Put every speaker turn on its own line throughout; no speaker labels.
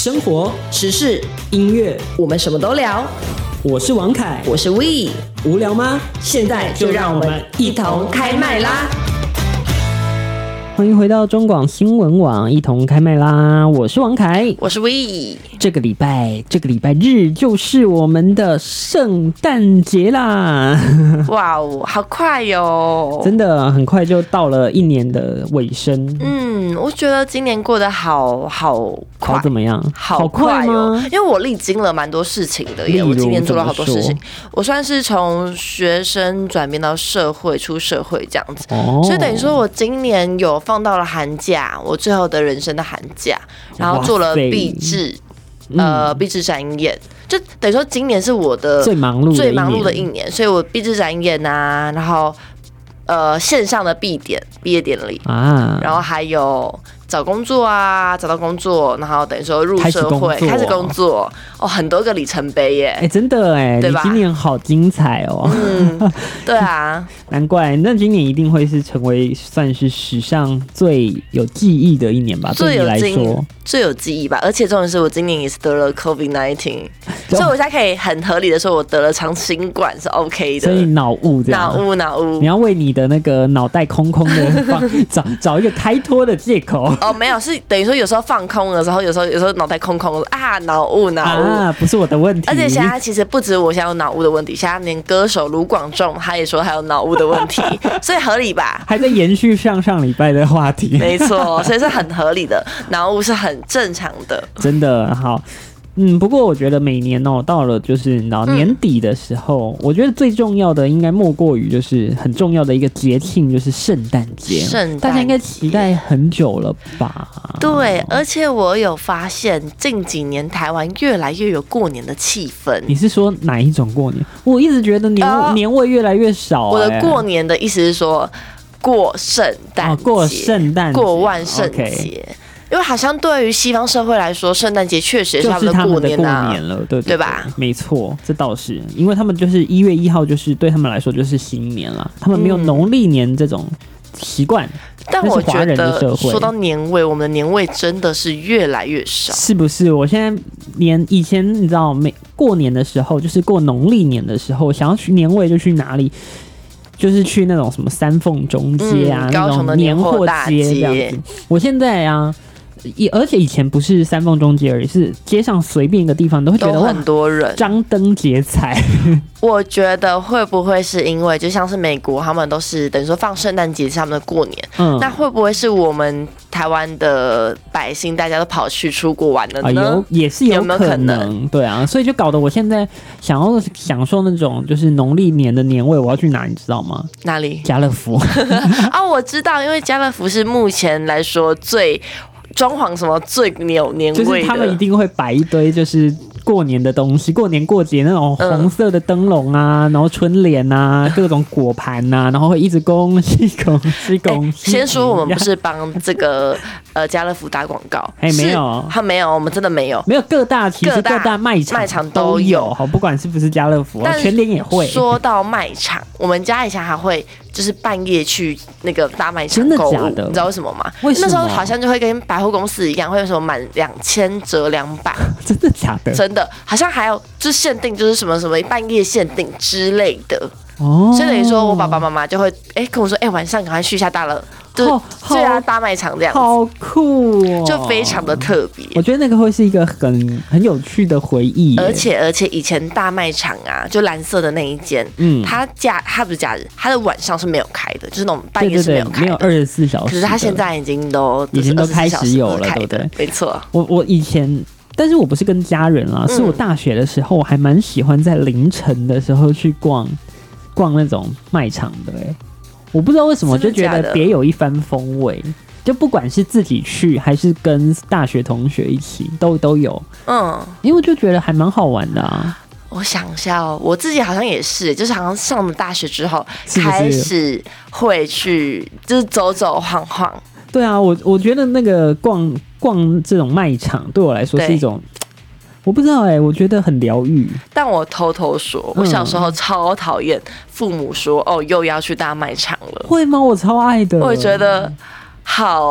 生活、
时事、
音乐，
我们什么都聊。
我是王凯，
我是 We，
无聊吗？
现在就让我们一同开麦啦！
欢迎回到中广新闻网，一同开麦啦！我是王凯，
我是 We。
这个礼拜日就是我们的圣诞节啦！
哇哦，好快哟！
真的很快就到了一年的尾声。
我觉得今年过得好快，
怎么样？
好快哦！因为我历经了蛮多事情的耶，我今年做了好多事情。我算是从学生转变到出社会这样子，所以等于说我今年有放到了寒假，我最后的人生的寒假，然后做了毕制展演，就等于说今年是我的
最忙碌的一年，
所以我毕制展演啊，然后线上的毕业典礼啊，然后还有找工作啊，找到工作，然后等于说入社会开始工作哦，很多个里程碑耶！
真的耶，对吧？你今年好精彩哦。
对啊，
难怪，那今年一定会是成为算是史上最有记忆的一年吧？对你来说
最有记忆吧。而且重点是我今年也是得了 COVID-19， 所以我现在可以很合理的说，我得了长新冠是 OK 的。
所以脑雾这样，
脑雾，
你要为你的那个脑袋空的找一个开脱的借口。
哦，没有，是等于说有时候放空的时候，有时候脑袋空啊，脑雾
啊，不是我的问题。
而且现在其实不止我现在有脑雾的问题，现在连歌手卢广仲他也说他有脑雾的问题，所以合理吧？
还在延续上礼拜的话题，
没错，所以是很合理的，脑雾是很正常的，
真的好。不过我觉得每年到了就是你知道年底的时候，我觉得最重要的应该莫过于就是很重要的一个节庆，就是圣诞节。大家应该期待很久了吧？
对，而且我有发现近几年台湾越来越有过年的气氛。
你是说哪一种过年？我一直觉得年味越来越少。
我的过年的意思是说过圣诞节，过万圣节。因为好像对于西方社会来说，圣诞节确实也是他们的过年
了，对
吧？
没错，这倒是，因为他们就是1月1号，就是对他们来说就是新年了，他们没有农历年这种习惯。
但我觉得说到年味，我们的年味真的是越来越少，
是不是？我现在以前你知道，过年的时候，就是过农历年的时候，想要去年味就去哪里？就是去那种什么三凤中街啊，
高雄的
年货街这样子。我现在啊。而且以前不是三凤中街而已，是街上随便一个地方都会觉得
很多人
张灯结彩。
我觉得会不会是因为就像是美国，他们都是等于说放圣诞节是他们的过年，那会不会是我们台湾的百姓大家都跑去出国玩了呢？
也是有可能，对啊，所以就搞得我现在想要享受那种就是农历年的年味，我要去哪你知道吗？
哪里？
家乐福。
我知道，因为家乐福是目前来说最装潢什么最有年味的，
就是他们一定会摆一堆就是过年的东西，过年过节那种红色的灯笼啊，然后春联啊，各种果盘啊，然后会一直恭喜。
先说我们不是帮这个家乐福打广告，
没有，
他没有，我们真的没有，
各大卖场都有，好，不管是不是家乐福，全联也会。
说到卖场，我们家以前还会就是半夜去那个大卖场购物，
真的假的？
你知道为什么吗？
为什么？
那时候好像就会跟百货公司一样，会有什么满2000折200，
真的假的？
真的，好像还有就是限定，就是什么半夜限定之类的。所以等于说我爸爸妈妈就会跟我说，晚上赶快去一下大乐，就是去下大卖场这样子，
好酷哦，
就非常的特别。
我觉得那个会是一个很有趣的回忆。
而且以前大卖场啊，就蓝色的那一间，它不是假日，它的晚上是没有开的，就是那种半夜是没有开的，
没有24小时。
可是它现在已经都
开始有了，对不对？
没错。
我以前。但是我不是跟家人啦，是我大学的时候，我还蛮喜欢在凌晨的时候去逛那种卖场的。我不知道为什么，就觉得别有一番风味。就不管是自己去还是跟大学同学一起，都有。因为我就觉得还蛮好玩的啊。
我想一下我自己好像也是，就是好像上了大学之后，开始会去就是走走晃晃。
对啊，我觉得那个逛这种卖场对我来说是一种，我不知道我觉得很疗愈。
但我偷偷说，我小时候超讨厌父母说又要去大卖场了。
会吗？我超爱的。
我觉得好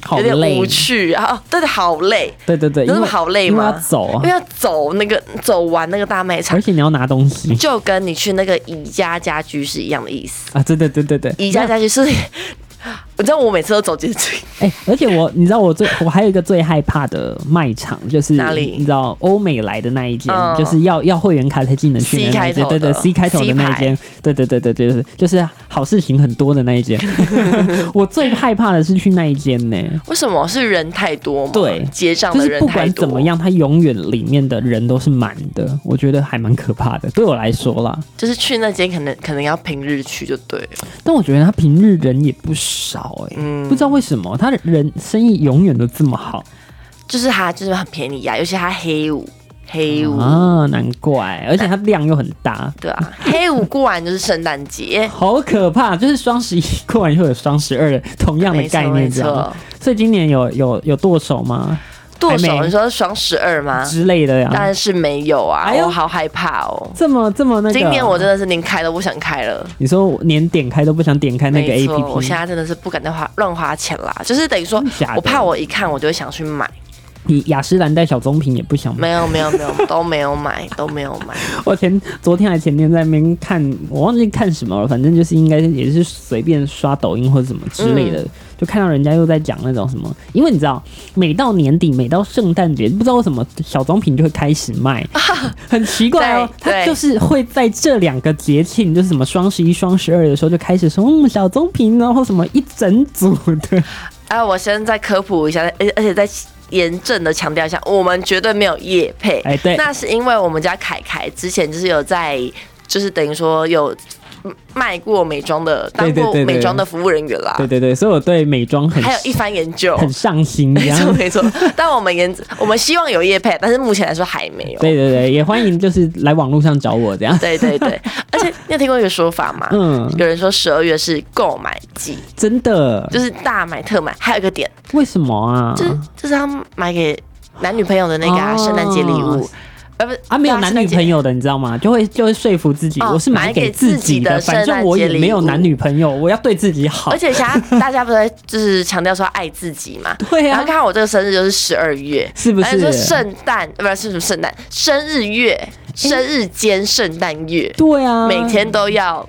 有点无趣啊，对对，好累，
对对对，
有那么好累吗？
因为要走啊，
因为要走完那个大卖场，
而且你要拿东西，
就跟你去那个宜家家居是一样的意思
啊，对对对对对，
宜家家居是。你知道我每次都走捷径，
而且你知道我还有一个最害怕的卖场，就是
哪里？
你知道欧美来的那一间，就是要会员卡才进能去的那一间，对对 ，C 开头的那一间，对对对对对，就是好事情很多的那一间。我最害怕的是去那一间呢。
为什么？是人太多吗？
对，
结账的人太多。
就是不管怎么样，它永远里面的人都是满的，我觉得还蛮可怕的。对我来说啦，
就是去那间可能要平日去就对了。
但我觉得他平日人也不少不知道为什么他的人生意永远都这么好，
就是他就是很便宜啊，尤其他黑五
啊，难怪，而且它量又很大。
对啊，黑五过完就是圣诞节，
好可怕！就是双11过完又有双12的同样的概念，这样。所以今年有剁手吗？
剁手？你说双12吗？
之类的呀？
当然是没有啊！我好害怕哦，
这么那个。
今年我真的是连开都不想开了。
你说连点开都不想点开那个 APP？
我现在真的是不敢再乱花钱啦，就是等于说，我怕我一看我就会想去买。
你雅诗兰黛小棕瓶也不想买？
没有，都没有买。
我昨天还前天在那边看，我忘记看什么了，反正就是应该也是随便刷抖音或者什么之类的，就看到人家又在讲那种什么，因为你知道，每到年底，每到圣诞节，不知道为什么小棕瓶就会开始卖，很奇怪哦，它就是会在这2个节庆，就是什么双11、双12的时候就开始说，小棕瓶，然后什么一整组的。
我先再科普一下，而且再严正的强调一下，我们绝对没有业配。
对，
那是因为我们家凯凯之前就是有在，就是等于说有卖过美妆的，当过美妆的服务人员啦。
对对对，所以我对美妆
还有一番研究，
很上心。
没错。但我们希望有业配，但是目前来说还没有。
对对对，也欢迎就是来网络上找我这样。
对对对，而且你有听过一个说法吗？有人说12月是购买季，
真的
就是大买特买。还有一个点，
为什么啊？
就是他买给男女朋友的那个圣诞节礼物。
没有男女朋友的，你知道吗？就会说服自己，我是买给自己的，反正我也没有男女朋友，我要对自己好。
而且现在大家不是就是强调说爱自己嘛？
对啊。
然后刚好我这个生日就是12月，
是不是？
说圣诞不是什么圣诞，生日月，生日兼圣诞月。
对啊，
每天都要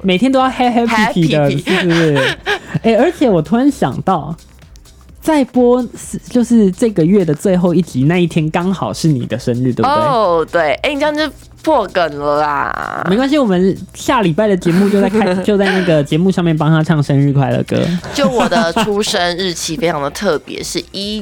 happy 的，是不是？而且我突然想到。在播就是这个月的最后一集那一天，刚好是你的生日，对不对？
哦，对，你这样就破梗了啦。
没关系，我们下礼拜的节目就在那个节目上面帮他唱生日快乐歌。
就我的出生日期非常的特别，是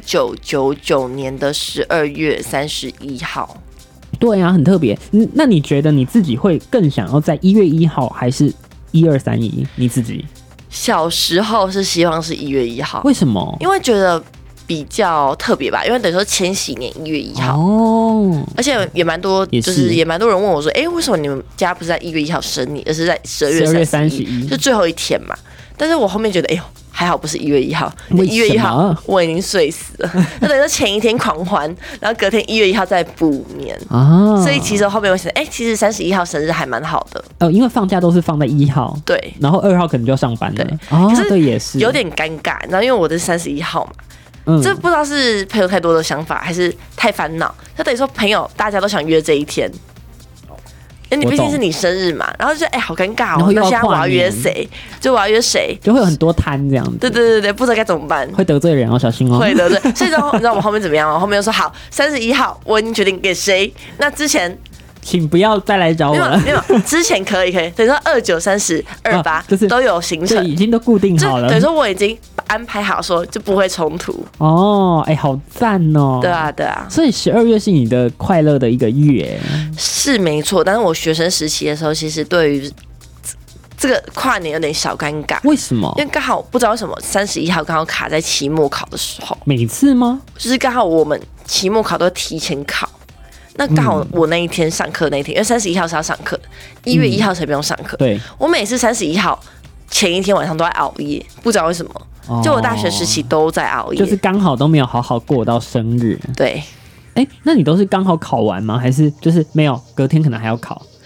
1999年的12月31号。
对啊，很特别。那你觉得你自己会更想要在1月1号还是1231？你自己？
小时候是希望是1月1号，
为什么？
因为觉得比较特别吧，因为等于说千禧年1月1号哦，而且也蛮多，就是也蛮多人问我说，为什么你们家不是在1月1号生你，而是在12月31，就最后一天嘛？但是我后面觉得，还好不是1月1号，1月1号我已经睡死了，就等于说前一天狂欢，然后隔天1月1号再补眠啊，所以其实后面我想，其实31号生日还蛮好的，
因为放假都是放在1号，
对，
然后2号可能就要上班了，
可是
对，也是
有点尴尬，然后因为我的是31号嘛，这不知道是朋友太多的想法，还是太烦恼，就等于说朋友大家都想约这一天。你毕竟是你生日嘛，然后就好尴尬哦。那现在我要约谁？就我要约谁？
就会有很多摊这样子。
对，不知道该怎么办。
会得罪人哦，小心哦。
会得罪。所以你知道我们后面怎么样吗？后面就说好，31号我已经决定给谁。那之前
请不要再来找我了。
没有，之前可以，等于说29、30、28就是都有行程，
已经都固定好了。
等于说我已经安排好，说就不会冲突。
哦，好赞哦。
对啊。
所以12月是你的快乐的一个月。
是没错，但是我学生时期的时候，其实对于这个跨年有点小尴尬。
为什么？
因为刚好不知道为什么31号刚好卡在期末考的时候。
每次吗？
就是刚好我们期末考都提前考。那刚好我那一天上课那一天，因为31号是要上课，1月1号才不用上课。
对，
我每次31号前一天晚上都在熬夜，不知道为什么。就我大学时期都在熬夜，
就是刚好都没有好好过到生日。
对，
那你都是刚好考完吗？还是就是没有隔天可能还要考？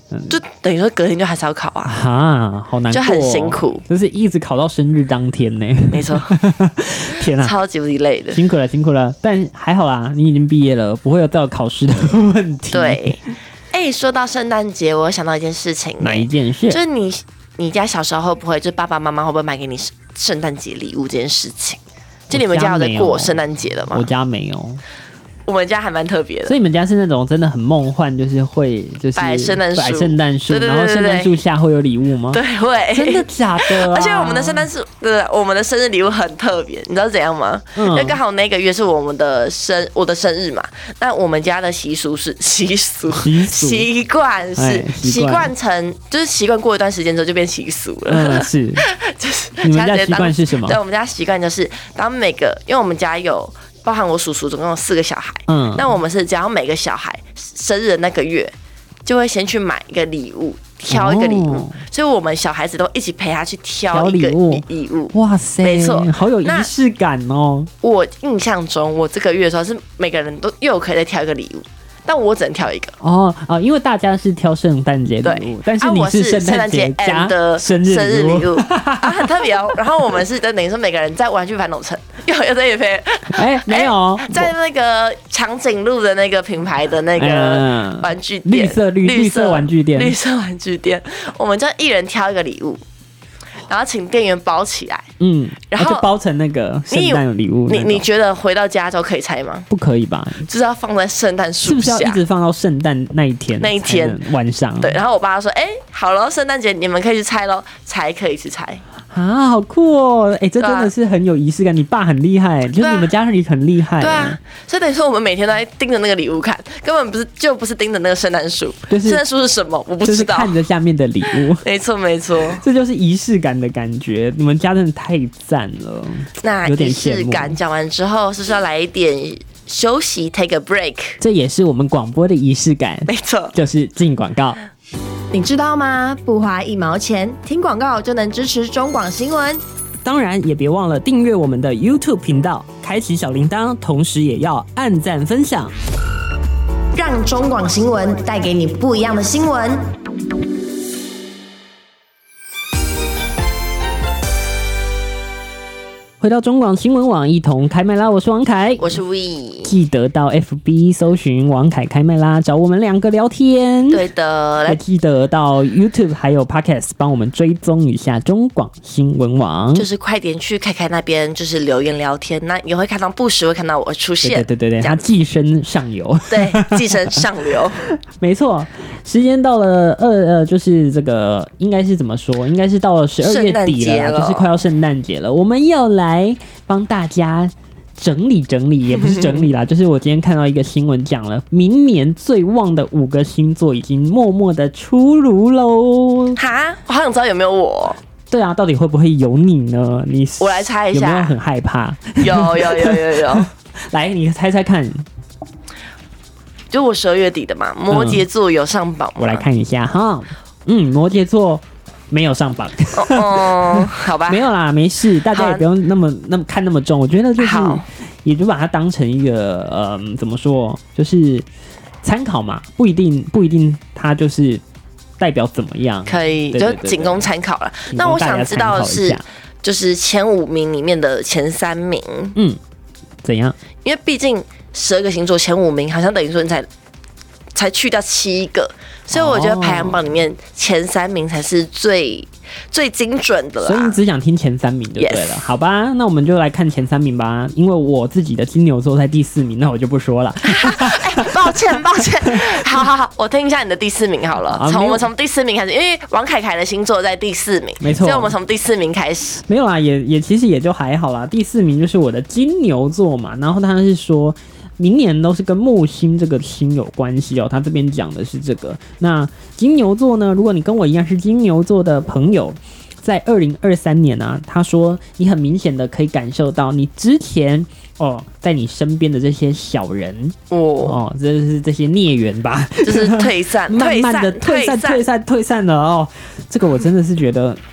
就等于说隔天就还是要考啊，
好难过，
就很辛苦，
就是一直考到生日当天呢。
没错，
天啊，
超级无敌累的，
辛苦了辛苦了，但还好啦，你已经毕业了，不会有到考试的问题。
对，说到圣诞节，我想到一件事情，
哪一件事？
就是你家小时候会不会，就爸爸妈妈会不会买给你圣诞节礼物这件事情？就你们家有在过圣诞节了吗？
我家没有。
我们家还蛮特别的，
所以你们家是那种真的很梦幻，就是会
摆圣诞树，
然后圣诞树下会有礼物吗？
对，会。
真的假的？
而且我们的圣诞树，我们的生日礼物很特别，你知道怎样吗？因为刚好那个月是我的生日嘛，那我们家的习惯成就是习惯过一段时间之后就变习俗了。
是，
就是
你们家习惯是什么？
对，我们家习惯就是当因为我们家有。包含我叔叔总共有4个小孩，那我们是只要每个小孩生日的那个月，就会先去买一个礼物，挑一个礼物，所以我们小孩子都一起陪他去挑一个礼物。
哇塞，
没错，
好有仪式感哦。
我印象中，我这个月的时候是每个人都又可以再挑一个礼物。但我只能挑一个
因为大家是挑圣诞节礼物，但是你是圣诞节加
的
生日礼物
很特别哦。然后我们是等于说每个人在玩具反斗城有在也配
没有
在那个长颈鹿的那个品牌的那个玩具店，
绿色玩具店，
我们就一人挑一个礼物。然后请店员包起来，
然后就包成那个圣诞礼物。
你觉得回到家之后可以拆吗？
不可以吧？
就是要放在圣诞树下，
是不是要一直放到圣诞那一天晚上？
对。然后我爸说：“好了，圣诞节你们可以去拆咯，才可以去拆。”
好酷哦！这真的是很有仪式感。你爸很厉害，就是你们家里很厉害。
对啊，所以等于说我们每天都在盯着那个礼物看，根本不是盯着那个圣诞树。圣诞树是什么？我不知道。
就是看着下面的礼物。
没错，
这就是仪式感的感觉。你们家真的太赞了。
那仪式感讲完之后，是不是要来一点休息 ，take a break？
这也是我们广播的仪式感。
没错，
就是进广告。
你知道吗？不花1毛钱，听广告就能支持中广新闻。
当然，也别忘了订阅我们的 YouTube 频道，开启小铃铛，同时也要按赞分享，
让中广新闻带给你不一样的新闻。
回到中广新闻网，一同开麦啦！我是王凯，
我是 We，
记得到 FB 搜寻王凯开麦啦，找我们2个聊天。
对的，
还记得到 YouTube 还有 Podcast 帮我们追踪一下中广新闻网，
就是快点去凯凯那边，就是留言聊天，那也会看到不时会看到我出现。
对，他寄生上游，
对，寄生上流，
没错。时间到了就是这个应该是怎么说？应该是到了12月底了，就是快要圣诞节了，我们要来帮大家整理，也不是整理啦，就是我今天看到一个新闻讲了，明年最旺的5个星座已经默默的出炉喽。
哈，我好想知道有没有我。
对啊，到底会不会有你呢？
我来猜一下，
有没有很害怕？
有。
来，你猜猜看。
就我12月底的嘛，摩羯座有上榜吗？
我来看一下哈，摩羯座没有上榜。
好吧，
没有啦，没事，大家也不用那么看那么重。我觉得就是也就把它当成一个怎么说，就是参考嘛，不一定它就是代表怎么样，
可以就仅供参考了。那我想知道的是，就是前5名里面的前3名，
怎样？
因为毕竟12个星座前5名，好像等于说你才去掉7个，所以我觉得排行榜里面前3名才是最精准的啦。
所以你只想听前3名就对了， 好吧？那我们就来看前3名吧。因为我自己的金牛座在第4名，那我就不说了。
抱歉，好，我听一下你的第4名好了。我们从第4名开始，因为王凯凯的星座在第4名，
没错，
所以我们从第4名开始。
没有啦，也其实也就还好啦。第4名就是我的金牛座嘛，然后他是说明年都是跟木星这个星有关系哦，他这边讲的是这个。那金牛座呢，如果你跟我一样是金牛座的朋友，在2023年啊，他说你很明显的可以感受到你之前在你身边的这些小人这些孽缘吧，
就是退散，
慢慢的退散了哦。这个我真的是觉得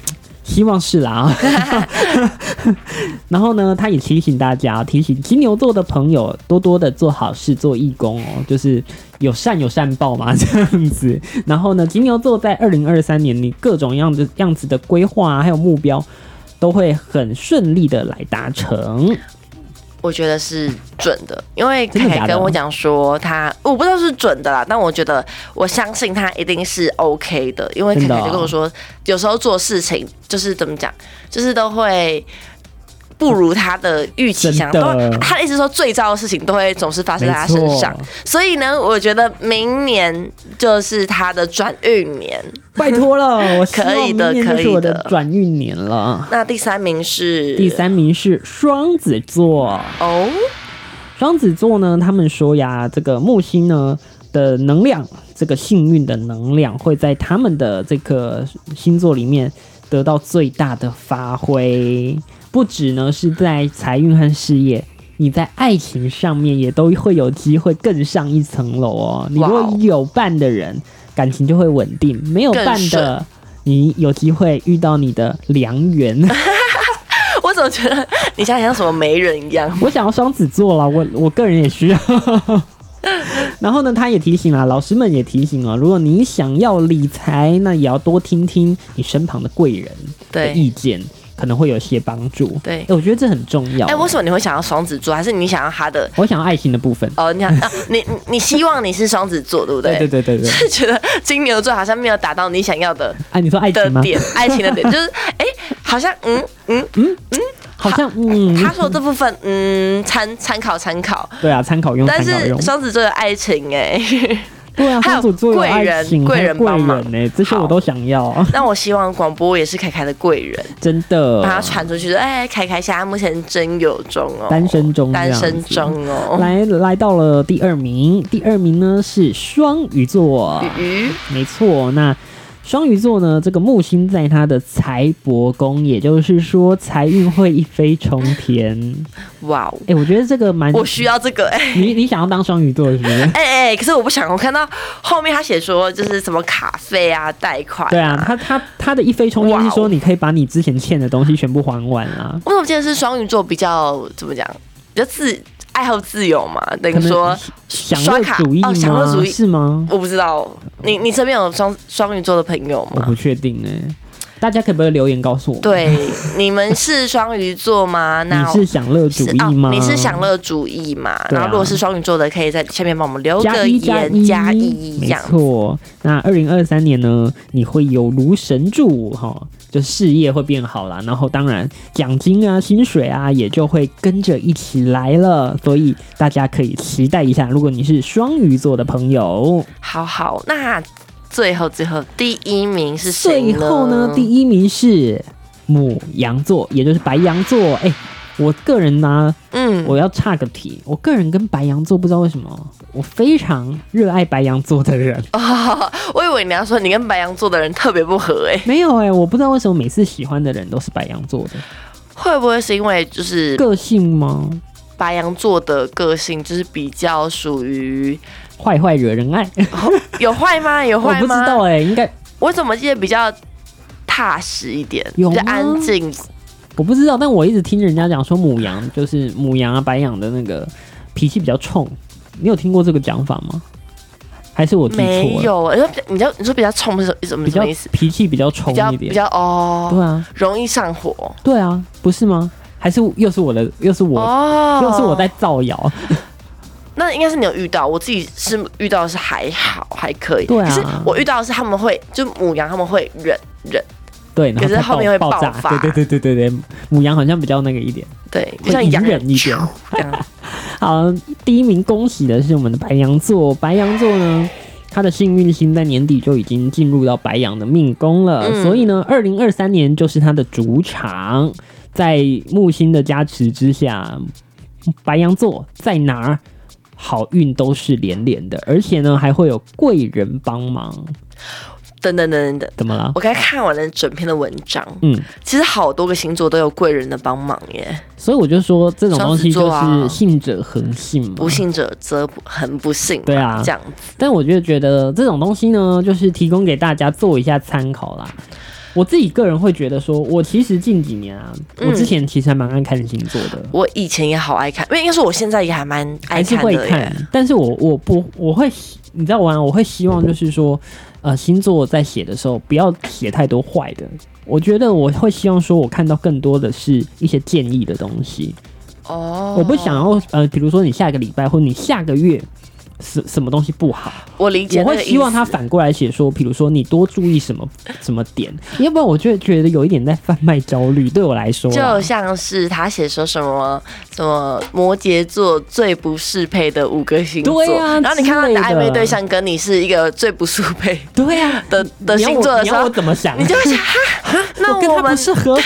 希望是啦。然后呢，他也提醒大家，提醒金牛座的朋友多多的做好事，做义工哦，就是有善有善报嘛，这样子。然后呢，金牛座在2023年，你各种样子的规划还有目标，都会很顺利的来达成。
我觉得是准的，因为凯凯跟我讲说我不知道是准的啦，但我觉得我相信他一定是 OK 的，因为凯凯就跟我说，有时候做事情就是怎么讲，就是都会不如他的预期想，他的意思说最糟的事情都会总是发生在他身上，所以呢，我觉得明年就是他的转运年，
拜托了，我希望明年就是我
的
转运年了。
那第三名是
双子座哦。双子座呢，他们说呀，这个木星呢的能量，这个幸运的能量会在他们的这个星座里面得到最大的发挥。不只呢是在财运和事业，你在爱情上面也都会有机会更上一层楼哦。你如果有伴的人，感情就会稳定；没有伴的，你有机会遇到你的良缘。
我怎么觉得你像什么媒人一样？
我想要双子座啦，我个人也需要。然后呢，他也提醒啦，老师们也提醒了，如果你想要理财，那也要多听听你身旁的贵人的意见。可能会有些帮助，
对，
我觉得这很重要。
为什么你会想要双子座？还是你想要他的？
我想要爱情的部分。
哦，你希望你是双子座，对不对？
对，
是觉得金牛座好像没有达到你想要的。
你说爱情吗？
爱情的点就是，好像
好像
他说这部分参考。
对啊，参考用。
但是双子座的爱情
对啊，双子座有爱情，
贵人帮忙
呢，这些我都想要。
那我希望广播也是凯凯的贵人，
真的，
把他传出去说，凯凯现在目前真有中哦，
单身中
哦。
来到了第二名呢是双鱼座，没错。那双鱼座呢，这个木星在他的财帛宫，也就是说财运会一飞冲天。哇哦！我觉得这个
我需要这个
你想要当双鱼座是不是？
可是我不想，我看到后面他写说就是什么卡费啊、贷款。
对啊，他的一飞冲天是说你可以把你之前欠的东西全部还完啊。
我怎么记得是双鱼座比较怎么讲，比较爱好自由嘛，等于说
享乐主义吗？
享乐主义
是吗？
我不知道，你身边有双鱼座的朋友吗？
我不确定大家可不可以留言告诉我？
对，你们是双鱼座吗？
那你是享乐主义吗？
你是享乐主义嘛？然后如果是双鱼座的，可以在下面帮我们留个言加一，
没错。那2023年呢，你会有如神助就事业会变好啦，然后当然奖金啊、薪水啊也就会跟着一起来了，所以大家可以期待一下。如果你是双鱼座的朋友，
好，那最后第一名是谁呢？
最后呢，第一名是牡羊座，也就是白羊座。我个人呢，我要岔个题，我个人跟白羊座不知道为什么，我非常热爱白羊座的人。
我以为你要说你跟白羊座的人特别不合
没有我不知道为什么每次喜欢的人都是白羊座的，
会不会是因为就是
个性吗？
白羊座的个性就是比较属于
坏惹人爱，
有坏吗？有坏吗？
我不知道应该
我怎么记得比较踏实一点，
比
较安静。
我不知道，但我一直听人家讲说母羊就是母羊啊、白羊的那个脾气比较冲，你有听过这个讲法吗？还是我记错了？
没有，你说比较冲是什么意思？
脾气比较冲一点，
比较
对啊，
容易上火。
对啊，不是吗？还是又是我在造谣？
那应该是你有遇到，我自己是遇到的是还好还可以。
对啊，
可是我遇到的是他们会就母羊他们会忍。
对，然后
可是后面会爆发。
对，母羊好像比较那个一点，
对，就像羊
忍一点。好，第一名恭喜的是我们的白羊座。白羊座呢，他的幸运星在年底就已经进入到白羊的命宫了，所以呢，2023年就是他的主场。在木星的加持之下，白羊座在哪儿好运都是连连的，而且呢还会有贵人帮忙。
等，
怎么了？
我刚才看完了整篇的文章，其实好多个星座都有贵人的帮忙耶。
所以我就说这种东西就是信者恒信嘛，
不信者则很不信。
对啊，
这样子。
但我觉得这种东西呢，就是提供给大家做一下参考啦。 我自己个人会觉得说，我其实近几年啊，我之前其实还蛮爱看星座的。
我以前也好爱看，因为应该说我现在也还蛮爱看的，
还是会看。但是我会，你知道吗？我会希望就是说，星座在写的时候不要写太多坏的。我觉得我会希望说，我看到更多的是一些建议的东西。我不想要比如说你下个礼拜或你下个月。什么东西不好？
我理解，
我会希望他反过来写说，比如说你多注意什么点，要不然我就觉得有一点在贩卖焦虑。对我来说，
就像是他写说什么摩羯座最不适配的5个星座，
对啊，
然后你看到你的暧昧对象跟你是一个最不适配，
对啊
的星座的时候，
你要我怎么想？
你就会想那
我跟他不适合。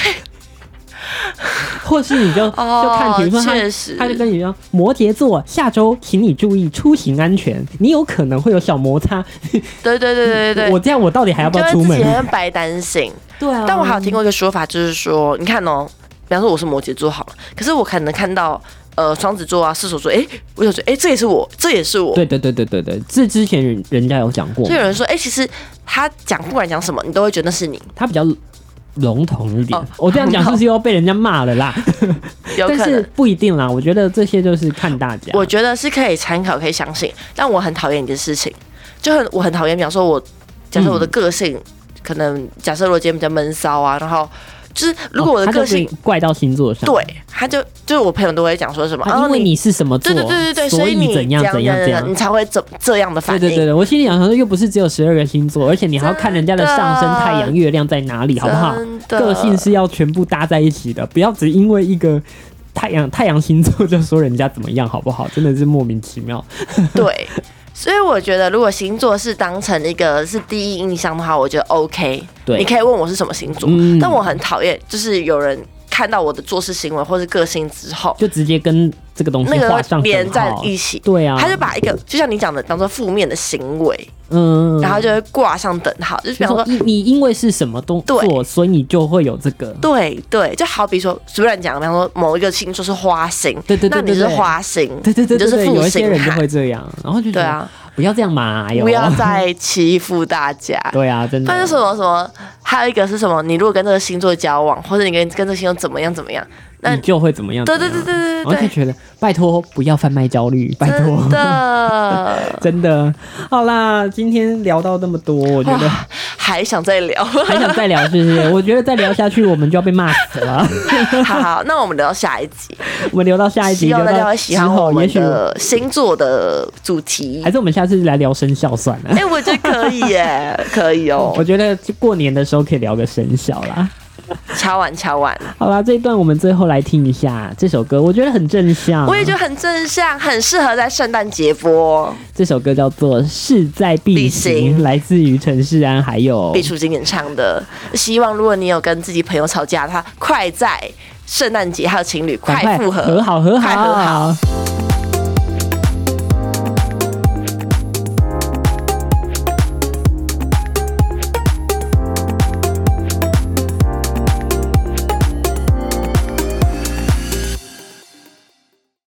或是你就看，比如说他就跟你说，摩羯座下周请你注意出行安全，你有可能会有小摩擦。
对，
我这样我到底还要不要出门？
就会自己很白担心。对啊，但我还有听过一个说法，就是说，你看哦，比方说我是摩羯座好了，可是我可能看到双子座啊、射手座，我就觉得这也是我，这也是我。对，
这之前人家有讲过，
就有人说，其实他不管讲什么，你都会觉得那是你。
他比较笼统一点，我这样讲是不是又被人家骂了啦？但是不一定啦，我觉得这些就是看大家。
我觉得是可以参考，可以相信。但我很讨厌一件事情，我很讨厌，比方说假设我的个性，可能假设如果今天比较闷骚啊，然后就是如果我的个性
怪到星座上，
对，他就是我朋友都会讲说什么，
因为你是什么座，
对，
所以怎样，
你才会这样的反应。
对，我心里想说，又不是只有12个星座，而且你还要看人家的上升、太阳、月亮在哪里，好不好？个性是要全部搭在一起的，不要只因为一个太阳星座就说人家怎么样，好不好？真的是莫名其妙。
对。所以我觉得，如果星座是当成一个是第一印象的话，我觉得 OK。对，你可以问我是什么星座，但我很讨厌就是有人看到我的做事行为或是个性之后，
就直接跟这个东西画上
连在一起。
对啊，
他就把一个就像你讲的当做负面的行为，然后就会挂上等号。就比方说，
你因为是什么动作，所以你就会有这个。
对，就好比说，随便讲，比方说某一个星座是花星，
对，
那你是花星，
对，
你就是负星。
有一些人就会这样，然后就觉得不要这样嘛，
不要再欺负大家。
对啊，真的。
但是什么，还有一个是什么？你如果跟这个星座交往，或者你跟这个星座怎么样，
那你就会怎么样？
对，
我就觉得拜托不要贩卖焦虑，拜托，真的。好啦，今天聊到那么多，我觉得
还想再聊，
是不是？我觉得再聊下去我们就要被骂死了。
好，那我们聊到下一集，
留到下一集，
希望大家会喜欢我们的星座的主题，
还是我们下次来聊生肖算了。
我觉得可以耶，可以哦。
我觉得过年的时候可以聊个生肖啦。
敲碗。
好啦，这一段我们最后来听一下这首歌，我觉得很正向，
我也觉得很正向，很适合在圣诞节播。
这首歌叫做《势在必行》，来自于陈势安还有
毕书尽演唱的。希望如果你有跟自己朋友吵架的话，快在圣诞节还有情侣快复合，
和好。